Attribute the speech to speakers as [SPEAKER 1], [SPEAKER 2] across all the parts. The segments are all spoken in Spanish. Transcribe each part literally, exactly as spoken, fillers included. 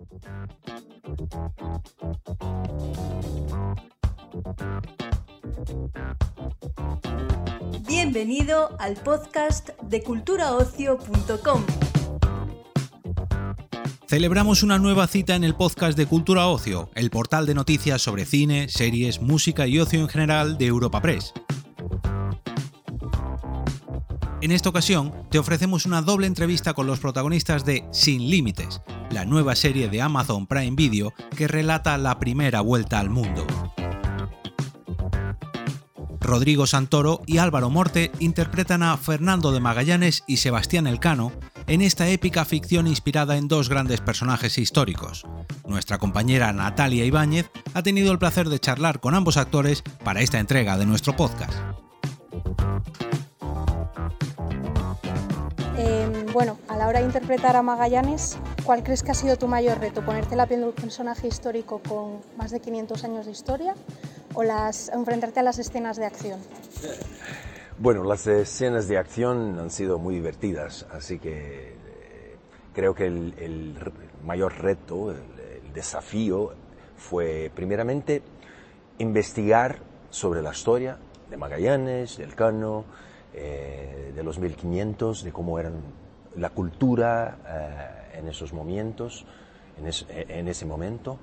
[SPEAKER 1] Bienvenido al podcast de cultura ocio punto com.
[SPEAKER 2] Celebramos una nueva cita en el podcast de Cultura Ocio, el portal de noticias sobre cine, series, música y ocio en general de Europa Press. En esta ocasión, te ofrecemos una doble entrevista con los protagonistas de Sin Límites, la nueva serie de Amazon Prime Video que relata la primera vuelta al mundo. Rodrigo Santoro y Álvaro Morte interpretan a Fernando de Magallanes y Sebastián Elcano en esta épica ficción inspirada en dos grandes personajes históricos. Nuestra compañera Natalia Ibáñez ha tenido el placer de charlar con ambos actores para esta entrega de nuestro podcast.
[SPEAKER 3] Eh, bueno, a la hora de interpretar a Magallanes, ¿cuál crees que ha sido tu mayor reto? ¿Ponerte la piel de un personaje histórico con más de quinientos años de historia o las, enfrentarte a las escenas de acción?
[SPEAKER 4] Bueno, las escenas de acción han sido muy divertidas, así que eh, creo que el, el mayor reto, el, el desafío fue primeramente investigar sobre la historia de Magallanes, de Elcano, eh, de los mil quinientos, de cómo era la cultura eh, en esos momentos, en, es, en ese momento,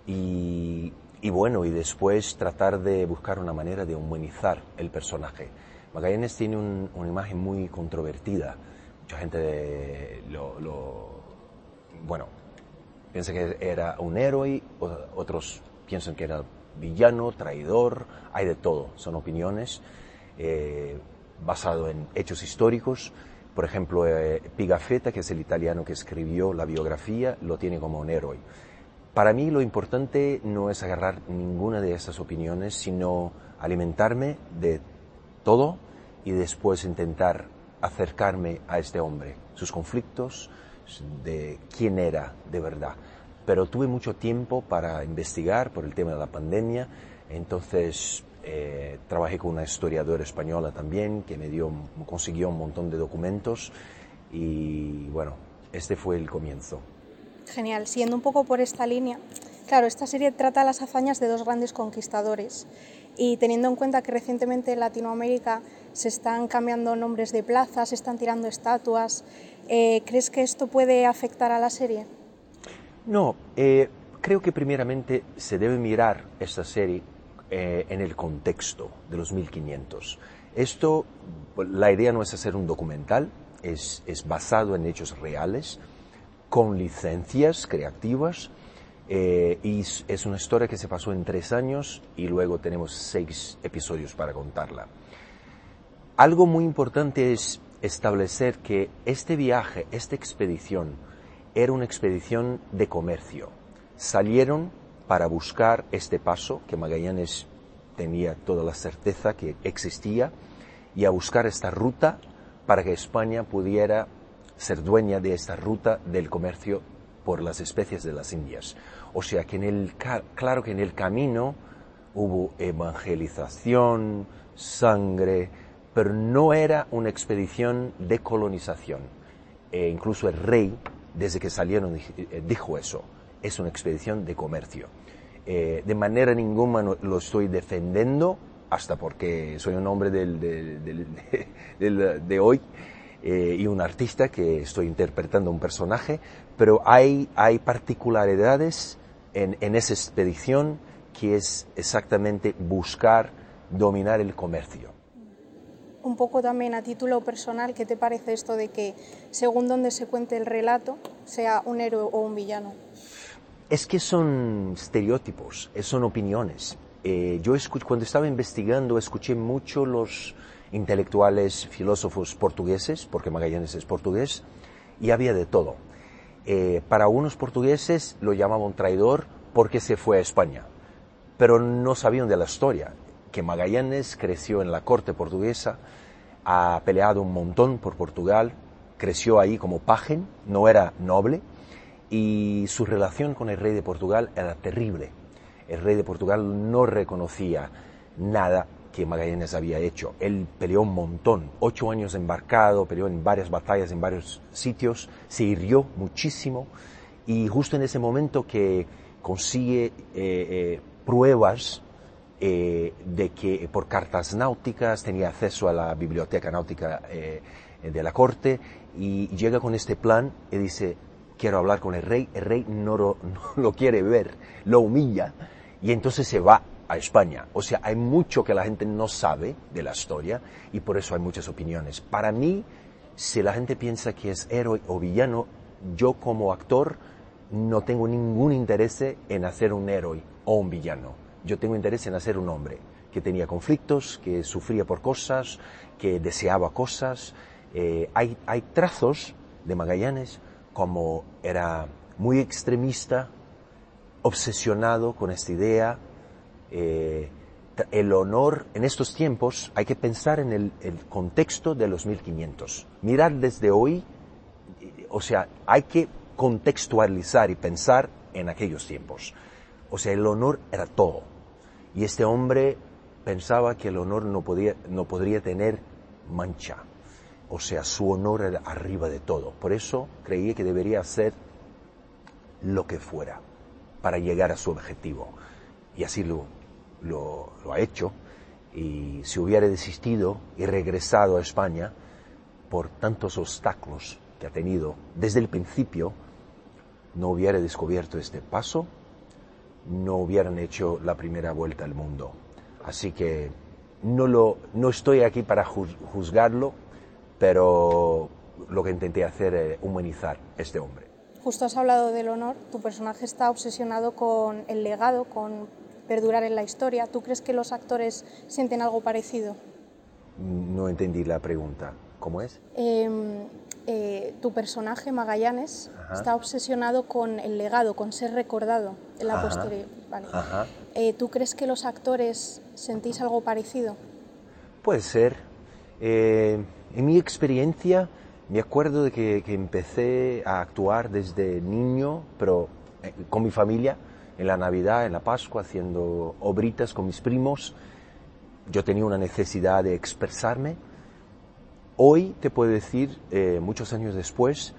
[SPEAKER 4] y, y bueno, y después tratar de buscar una manera de humanizar el personaje. Magallanes tiene un, una imagen muy controvertida. Mucha gente lo, lo, bueno, piensa que era un héroe, otros piensan que era villano, traidor, hay de todo, son opiniones eh, basado en hechos históricos. Por ejemplo, eh, Pigafetta, que es el italiano que escribió la biografía, lo tiene como un héroe. Para mí lo importante no es agarrar ninguna de esas opiniones, sino alimentarme de todo y después intentar acercarme a este hombre, sus conflictos, de quién era de verdad. Pero tuve mucho tiempo para investigar por el tema de la pandemia, entonces eh, trabajé con una historiadora española también que me dio, consiguió un montón de documentos y bueno, este fue el comienzo.
[SPEAKER 3] Genial, siguiendo un poco por esta línea, claro, esta serie trata las hazañas de dos grandes conquistadores y teniendo en cuenta que recientemente en Latinoamérica se están cambiando nombres de plazas, se están tirando estatuas, eh, ¿crees que esto puede afectar a la serie?
[SPEAKER 4] No, eh, creo que primeramente se debe mirar esta serie eh, en el contexto de los mil quinientos. Esto, la idea no es hacer un documental, es, es basado en hechos reales, con licencias creativas, eh, y es una historia que se pasó en tres años y luego tenemos seis episodios para contarla. Algo muy importante es establecer que este viaje, esta expedición, era una expedición de comercio. Salieron para buscar este paso, que Magallanes tenía toda la certeza que existía, y a buscar esta ruta para que España pudiera ser dueña de esta ruta del comercio por las especies de las Indias. O sea que en el, claro que en el camino hubo evangelización, sangre, pero no era una expedición de colonización. E incluso el rey, desde que salieron, dijo eso, es una expedición de comercio. Eh, de manera ninguna lo estoy defendiendo, hasta porque soy un hombre del, del, del, del, de hoy, Eh, y un artista que estoy interpretando un personaje, pero hay, hay particularidades en, en esa expedición que es exactamente buscar dominar el comercio.
[SPEAKER 3] Un poco también a título personal, ¿qué te parece esto de que según donde se cuente el relato sea un héroe o un villano?
[SPEAKER 4] Es que son estereotipos, son opiniones. Eh, yo escuch- cuando estaba investigando escuché mucho los intelectuales, filósofos portugueses, porque Magallanes es portugués, y había de todo. Eh, para unos portugueses lo llamaban traidor porque se fue a España, pero no sabían de la historia, que Magallanes creció en la corte portuguesa, ha peleado un montón por Portugal, creció ahí como paje, no era noble, y su relación con el rey de Portugal era terrible. El rey de Portugal no reconocía nada que Magallanes había hecho. Él peleó un montón, ocho años embarcado, peleó en varias batallas, en varios sitios, se hirió muchísimo y justo en ese momento que consigue eh, eh, pruebas eh, de que por cartas náuticas tenía acceso a la biblioteca náutica eh, de la corte, y llega con este plan y dice, quiero hablar con el rey. El rey no lo, no lo quiere ver, lo humilla, y entonces se va a España. O sea, hay mucho que la gente no sabe de la historia y por eso hay muchas opiniones. Para mí, si la gente piensa que es héroe o villano, yo como actor no tengo ningún interés en hacer un héroe o un villano. Yo tengo interés en hacer un hombre que tenía conflictos, que sufría por cosas, que deseaba cosas. Eh, hay, hay trazos de Magallanes como era muy extremista, obsesionado con esta idea. Eh, el honor en estos tiempos, hay que pensar en el, el contexto de los mil quinientos. Mirar desde hoy, o sea, hay que contextualizar y pensar en aquellos tiempos. O sea, el honor era todo. Y este hombre pensaba que el honor no podía, no podría tener mancha. O sea, su honor era arriba de todo. Por eso creía que debería hacer lo que fuera para llegar a su objetivo. Y así lo, lo, lo ha hecho. Y si hubiera desistido y regresado a España por tantos obstáculos que ha tenido desde el principio, no hubiera descubierto este paso, no hubieran hecho la primera vuelta al mundo. Así que no, lo, no estoy aquí para juzgarlo, pero lo que intenté hacer es humanizar a este hombre.
[SPEAKER 3] Justo has hablado del honor, tu personaje está obsesionado con el legado, con perdurar en la historia. ¿Tú crees que los actores sienten algo parecido?
[SPEAKER 4] No entendí la pregunta. ¿Cómo es?
[SPEAKER 3] Eh, eh, tu personaje, Magallanes, Ajá. está obsesionado con el legado, con ser recordado en la posterior. Vale. Eh, ¿Tú crees que los actores sentís algo parecido?
[SPEAKER 4] Puede ser. Eh, en mi experiencia, me acuerdo de que, que empecé a actuar desde niño, pero eh, con mi familia, en la Navidad, en la Pascua, haciendo obritas con mis primos. Yo tenía una necesidad de expresarme. Hoy te puedo decir, eh, muchos años después,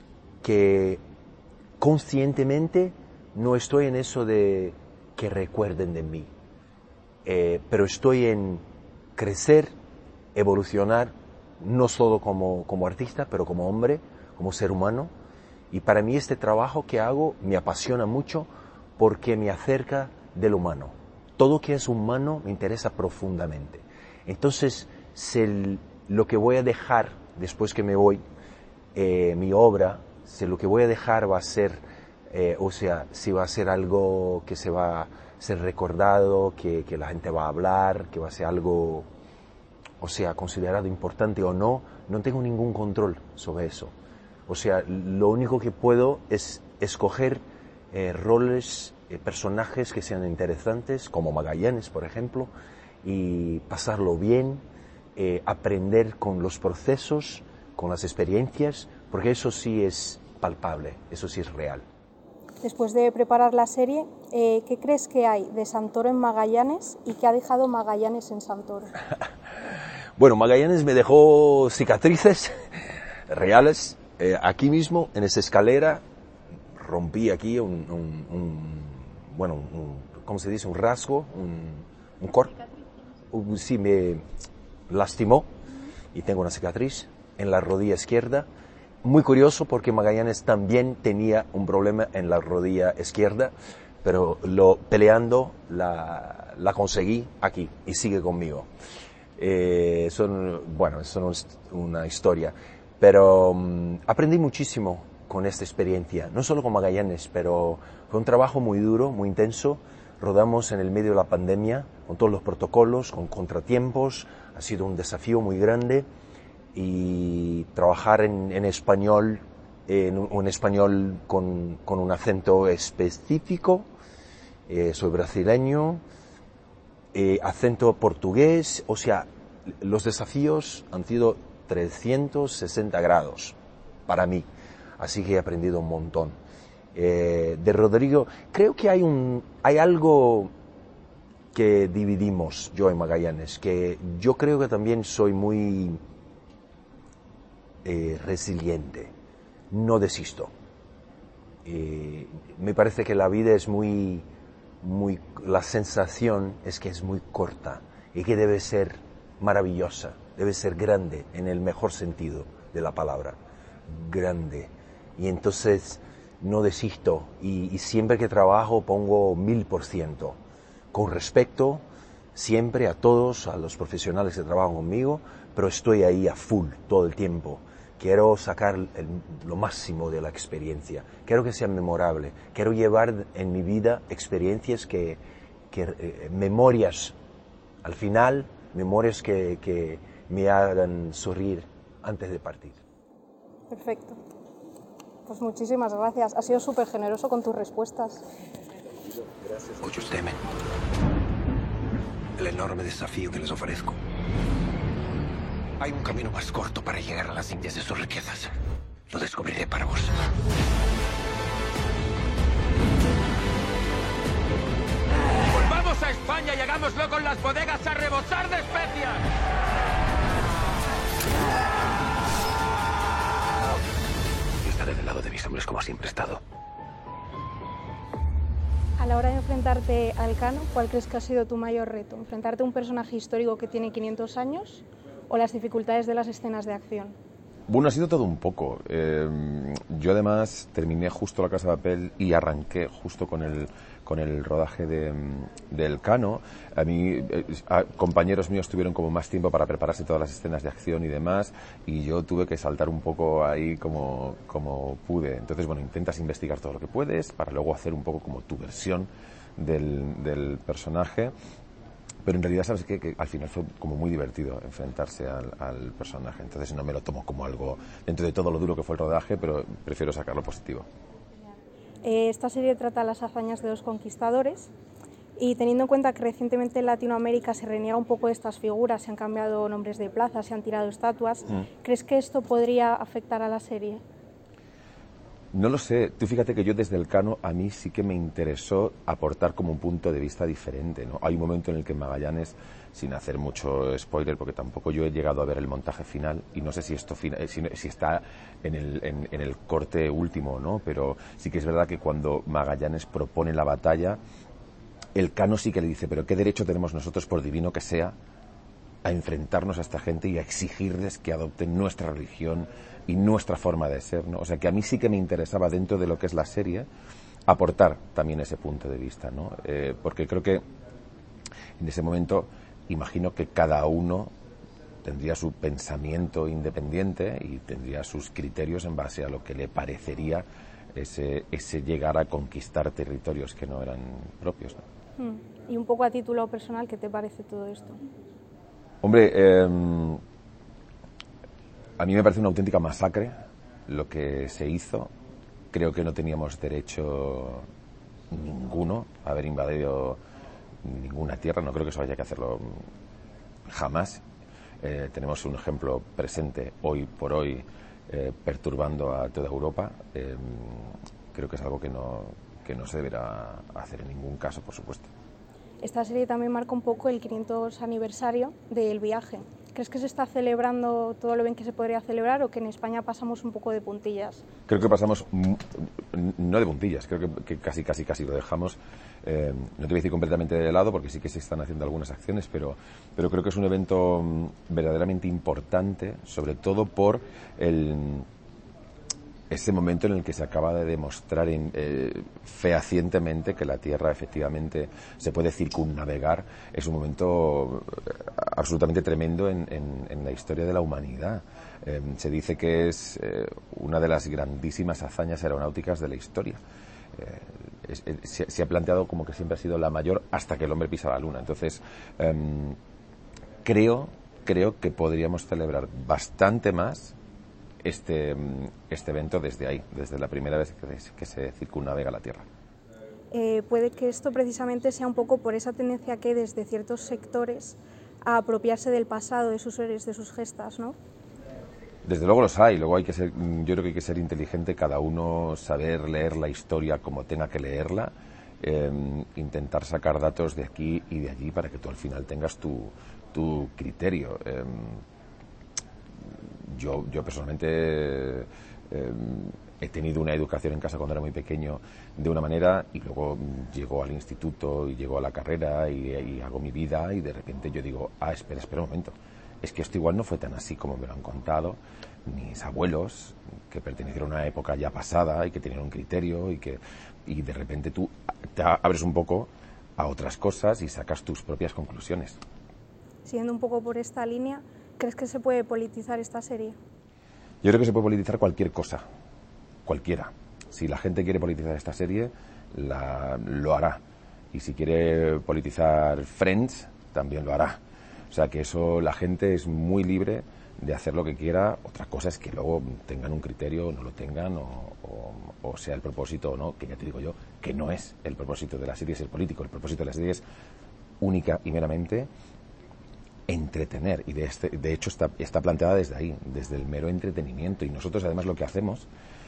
[SPEAKER 4] que conscientemente no estoy en eso de que recuerden de mí, eh, pero estoy en crecer, evolucionar, no solo como, como artista, pero como hombre, como ser humano. Y para mí este trabajo que hago me apasiona mucho porque me acerca del humano. Todo que es humano me interesa profundamente. Entonces, si el, lo que voy a dejar después que me voy, eh, mi obra, si lo que voy a dejar va a ser, eh, o sea, si va a ser algo que se va a ser recordado, que, que la gente va a hablar, que va a ser algo, o sea, considerado importante o no, no tengo ningún control sobre eso. O sea, lo único que puedo es escoger eh, roles, eh, personajes que sean interesantes, como Magallanes, por ejemplo, y pasarlo bien, eh, aprender con los procesos, con las experiencias, porque eso sí es palpable, eso sí es real.
[SPEAKER 3] Después de preparar la serie, eh, ¿qué crees que hay de Santoro en Magallanes y qué ha dejado Magallanes en Santoro?
[SPEAKER 4] Bueno, Magallanes me dejó cicatrices reales. Eh, aquí mismo, en esa escalera, rompí aquí un, un, un bueno, un, ¿cómo se dice? Un rasgo, un, un corte. Uh, sí, me lastimó y tengo una cicatriz en la rodilla izquierda. Muy curioso porque Magallanes también tenía un problema en la rodilla izquierda, pero lo peleando la, la conseguí aquí y sigue conmigo. Eh, son, bueno, eso no es una historia, pero um, aprendí muchísimo con esta experiencia, no solo con Magallanes, pero fue un trabajo muy duro, muy intenso. Rodamos en el medio de la pandemia, con todos los protocolos, con contratiempos, ha sido un desafío muy grande, y trabajar en, en español, en un, un español con, con un acento específico, eh, soy brasileño, eh, acento portugués, o sea, los desafíos han sido trescientos sesenta grados para mí, así que he aprendido un montón. Eh, de Rodrigo, creo que hay, un, hay algo que dividimos yo y Magallanes, que yo creo que también soy muy eh, resiliente, no desisto. Eh, me parece que la vida es muy, muy, la sensación es que es muy corta y que debe ser maravillosa, debe ser grande en el mejor sentido de la palabra, grande. Y entonces no desisto y, y siempre que trabajo pongo mil por ciento, con respeto siempre a todos, a los profesionales que trabajan conmigo, pero estoy ahí a full todo el tiempo. Quiero sacar el, lo máximo de la experiencia, quiero que sea memorable, quiero llevar en mi vida experiencias que, que eh, memorias, al final, memorias que, que me hagan sonreír antes de partir.
[SPEAKER 3] Perfecto. Pues muchísimas gracias. Has sido súper generoso con tus respuestas.
[SPEAKER 5] Muchos temen el enorme desafío que les ofrezco. Hay un camino más corto para llegar a las Indias de sus riquezas. Lo descubriré para vos. ¡Volvamos a España y hagámoslo con las bodegas a rebosar de especias! Y estaré del lado de mis hombres como siempre he estado.
[SPEAKER 3] A la hora de enfrentarte al Cano, ¿cuál crees que ha sido tu mayor reto? ¿Enfrentarte a un personaje histórico que tiene quinientos años o las dificultades de las escenas de acción?
[SPEAKER 6] Bueno, ha sido todo un poco. Eh, yo además terminé justo La Casa de Papel y arranqué justo con el, con el rodaje de, del Cano. A mí, eh, a, compañeros míos tuvieron como más tiempo para prepararse todas las escenas de acción y demás, y yo tuve que saltar un poco ahí como, como pude. Entonces, bueno, intentas investigar todo lo que puedes para luego hacer un poco como tu versión del, del personaje. Pero en realidad, ¿sabes qué? Que al final fue como muy divertido enfrentarse al, al personaje. Entonces no me lo tomo como algo dentro de todo lo duro que fue el rodaje, pero prefiero sacarlo positivo.
[SPEAKER 3] Eh, esta serie trata las hazañas de dos conquistadores y teniendo en cuenta que recientemente en Latinoamérica se reniega un poco de estas figuras, se han cambiado nombres de plazas, se han tirado estatuas, mm. ¿crees que esto podría afectar a la serie?
[SPEAKER 6] No lo sé. Tú fíjate que yo desde el Cano a mí sí que me interesó aportar como un punto de vista diferente, ¿no? Hay un momento en el que Magallanes, sin hacer mucho spoiler, porque tampoco yo he llegado a ver el montaje final y no sé si esto si, si está en el, en, en el corte último, ¿no? Pero sí que es verdad que cuando Magallanes propone la batalla, el Cano sí que le dice, pero ¿qué derecho tenemos nosotros, por divino que sea, a enfrentarnos a esta gente y a exigirles que adopten nuestra religión y nuestra forma de ser, ¿no? O sea, que a mí sí que me interesaba, dentro de lo que es la serie, aportar también ese punto de vista, ¿no? Eh, porque creo que en ese momento imagino que cada uno tendría su pensamiento independiente y tendría sus criterios en base a lo que le parecería ese, ese llegar a conquistar territorios que no eran propios, ¿no?
[SPEAKER 3] Hmm. Y un poco a título personal, ¿qué te parece todo esto?
[SPEAKER 6] Hombre, eh, a mí me parece una auténtica masacre lo que se hizo. Creo que no teníamos derecho ninguno a haber invadido ninguna tierra. No creo que eso haya que hacerlo jamás. Eh, tenemos un ejemplo presente hoy por hoy eh, perturbando a toda Europa. Eh, creo que es algo que no, que no se deberá hacer en ningún caso, por supuesto.
[SPEAKER 3] Esta serie también marca un poco el quinientos aniversario del viaje. ¿Crees que se está celebrando todo lo bien que se podría celebrar o que en España pasamos un poco de puntillas?
[SPEAKER 6] Creo que pasamos, no de puntillas, creo que, que casi, casi, casi lo dejamos, eh, no te voy a decir completamente de lado, porque sí que se están haciendo algunas acciones, pero, pero creo que es un evento verdaderamente importante, sobre todo por el... ese momento en el que se acaba de demostrar en, eh, fehacientemente que la Tierra efectivamente se puede circunnavegar. Es un momento absolutamente tremendo en, en, en la historia de la humanidad. Eh, se dice que es eh, una de las grandísimas hazañas aeronáuticas de la historia. Eh, es, es, se, se ha planteado como que siempre ha sido la mayor hasta que el hombre pisa la Luna. Entonces, eh, creo, creo que podríamos celebrar bastante más Este, este evento desde ahí, desde la primera vez que, que se circunnavega la Tierra.
[SPEAKER 3] Eh, puede que esto precisamente sea un poco por esa tendencia que hay desde ciertos sectores a apropiarse del pasado, de sus héroes, de sus gestas, ¿no?
[SPEAKER 6] Desde luego los hay, luego hay que ser, yo creo que hay que ser inteligente, cada uno saber leer la historia como tenga que leerla, eh, intentar sacar datos de aquí y de allí para que tú al final tengas tu, tu criterio. Eh, Yo, yo personalmente eh, he tenido una educación en casa cuando era muy pequeño de una manera y luego llego al instituto y llego a la carrera y, y hago mi vida y de repente yo digo, ah, espera, espera un momento, es que esto igual no fue tan así como me lo han contado mis abuelos, que pertenecieron a una época ya pasada y que tenían un criterio y que y de repente tú te abres un poco a otras cosas y sacas tus propias conclusiones.
[SPEAKER 3] Siguiendo un poco por esta línea, ¿crees que se puede politizar esta serie?
[SPEAKER 6] Yo creo que se puede politizar cualquier cosa. Cualquiera. Si la gente quiere politizar esta serie, la, lo hará. Y si quiere politizar Friends, también lo hará. O sea que eso, la gente es muy libre de hacer lo que quiera. Otra cosa es que luego tengan un criterio o no lo tengan, o, o, o sea el propósito o no, que ya te digo yo, que no es el propósito de la serie, es el político. El propósito de la serie es única y meramente entretener. Y de, este, de hecho está, está planteada desde ahí, desde el mero entretenimiento. Y nosotros además lo que hacemos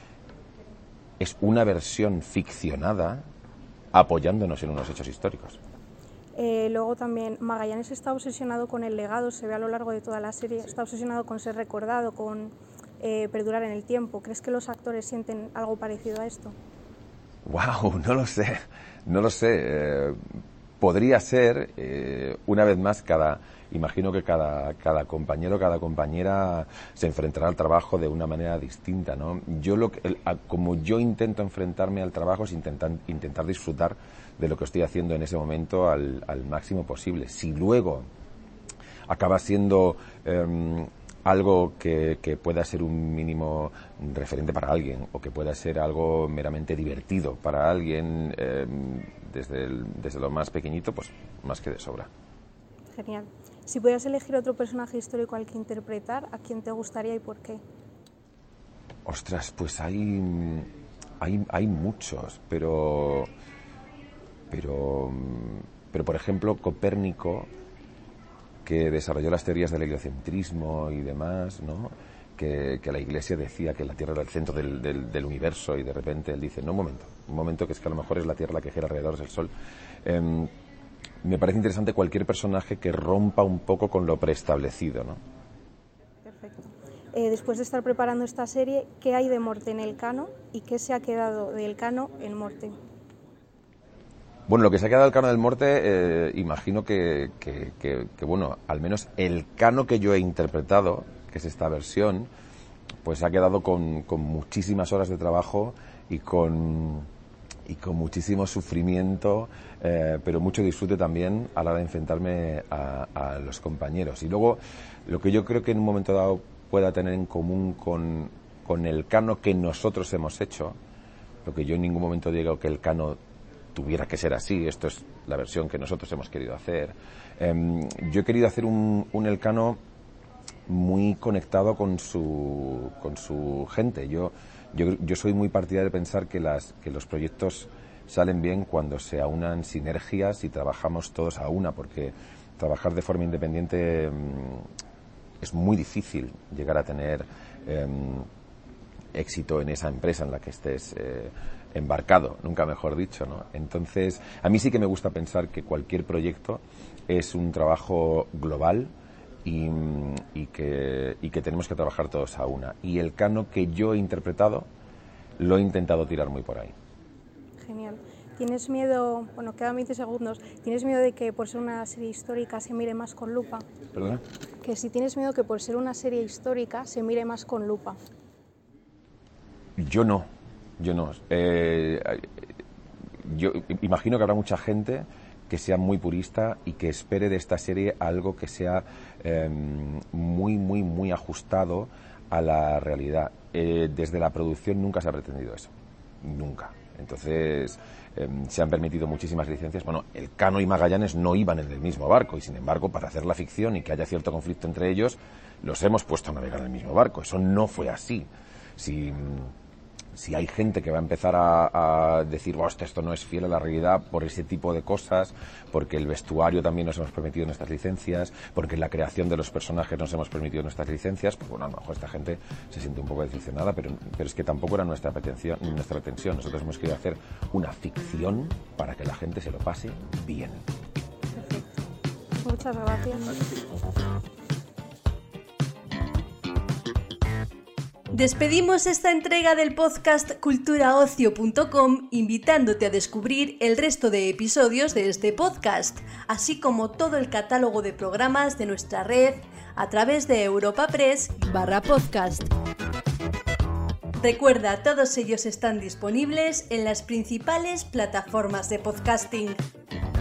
[SPEAKER 6] es una versión ficcionada apoyándonos en unos hechos históricos.
[SPEAKER 3] Eh, luego también Magallanes está obsesionado con el legado, se ve a lo largo de toda la serie, está obsesionado con ser recordado, con eh, perdurar en el tiempo. ¿Crees que los actores sienten algo parecido a esto?
[SPEAKER 6] Wow, no lo sé, no lo sé. Eh, podría ser, eh, una vez más, cada, imagino que cada, cada compañero, cada compañera se enfrentará al trabajo de una manera distinta, ¿no? Yo lo que, el, a, como yo intento enfrentarme al trabajo es intentar, intentar disfrutar de lo que estoy haciendo en ese momento al, al máximo posible. Si luego acaba siendo eh, algo que, que pueda ser un mínimo referente para alguien o que pueda ser algo meramente divertido para alguien eh, desde, el, desde lo más pequeñito, pues más que de sobra.
[SPEAKER 3] Genial. Si pudieras elegir otro personaje histórico al que interpretar, ¿a quién te gustaría y por qué?
[SPEAKER 6] Ostras, pues hay, hay, hay muchos, pero, pero, pero por ejemplo Copérnico, que desarrolló las teorías del heliocentrismo y demás, ¿no? Que, que la Iglesia decía que la Tierra era el centro del, del, del universo y de repente él dice, no, un momento, un momento que es que a lo mejor es la Tierra la que gira alrededor del Sol. Eh, me parece interesante cualquier personaje que rompa un poco con lo preestablecido, ¿no?
[SPEAKER 3] Perfecto. Eh, después de estar preparando esta serie, ¿qué hay de Morte en Elcano y qué se ha quedado de Elcano en Morte?
[SPEAKER 6] Bueno, lo que se ha quedado del Cano del Morte, eh, imagino que, que, que, que, bueno, al menos el Cano que yo he interpretado, que es esta versión, pues ha quedado con, con muchísimas horas de trabajo y con, y con muchísimo sufrimiento, eh, pero mucho disfrute también a la hora de enfrentarme a, a los compañeros. Y luego, lo que yo creo que en un momento dado pueda tener en común con, con el Cano que nosotros hemos hecho, lo que yo en ningún momento digo que el Cano tuviera que ser así, esto es la versión que nosotros hemos querido hacer. Eh, yo he querido hacer un, un Elcano muy conectado con su, con su gente. Yo, yo, yo soy muy partidario de pensar que, las, que los proyectos salen bien cuando se aunan sinergias y trabajamos todos a una, porque trabajar de forma independiente eh, es muy difícil llegar a tener eh, éxito en esa empresa en la que estés eh, embarcado, nunca mejor dicho, ¿no? Entonces, a mí sí que me gusta pensar que cualquier proyecto es un trabajo global y, y, que, y que tenemos que trabajar todos a una. Y el Cano que yo he interpretado lo he intentado tirar muy por ahí.
[SPEAKER 3] Genial. ¿Tienes miedo, bueno, quedan veinte segundos, ¿tienes miedo de que por ser una serie histórica se mire más con lupa?
[SPEAKER 6] ¿Perdona?
[SPEAKER 3] Que si tienes miedo que por ser una serie histórica se mire más con lupa.
[SPEAKER 6] Yo no. Yo no. Eh, yo imagino que habrá mucha gente que sea muy purista y que espere de esta serie algo que sea eh, muy, muy, muy ajustado a la realidad. Eh, desde la producción nunca se ha pretendido eso. Nunca. Entonces, eh, se han permitido muchísimas licencias. Bueno, el Cano y Magallanes no iban en el mismo barco y, sin embargo, para hacer la ficción y que haya cierto conflicto entre ellos, los hemos puesto a navegar en el mismo barco. Eso no fue así. Si... Si hay gente que va a empezar a, a decir, hostia, esto no es fiel a la realidad por ese tipo de cosas, porque el vestuario también nos hemos permitido nuestras licencias, porque la creación de los personajes nos hemos permitido nuestras licencias, pues bueno, a lo mejor esta gente se siente un poco decepcionada, pero, pero es que tampoco era nuestra pretensión, nuestra pretensión. Nosotros hemos querido hacer una ficción para que la gente se lo pase bien.
[SPEAKER 3] Perfecto. Muchas gracias.
[SPEAKER 1] Despedimos esta entrega del podcast cultura ocio punto com invitándote a descubrir el resto de episodios de este podcast, así como todo el catálogo de programas de nuestra red a través de europapress barra podcast. Recuerda, todos ellos están disponibles en las principales plataformas de podcasting.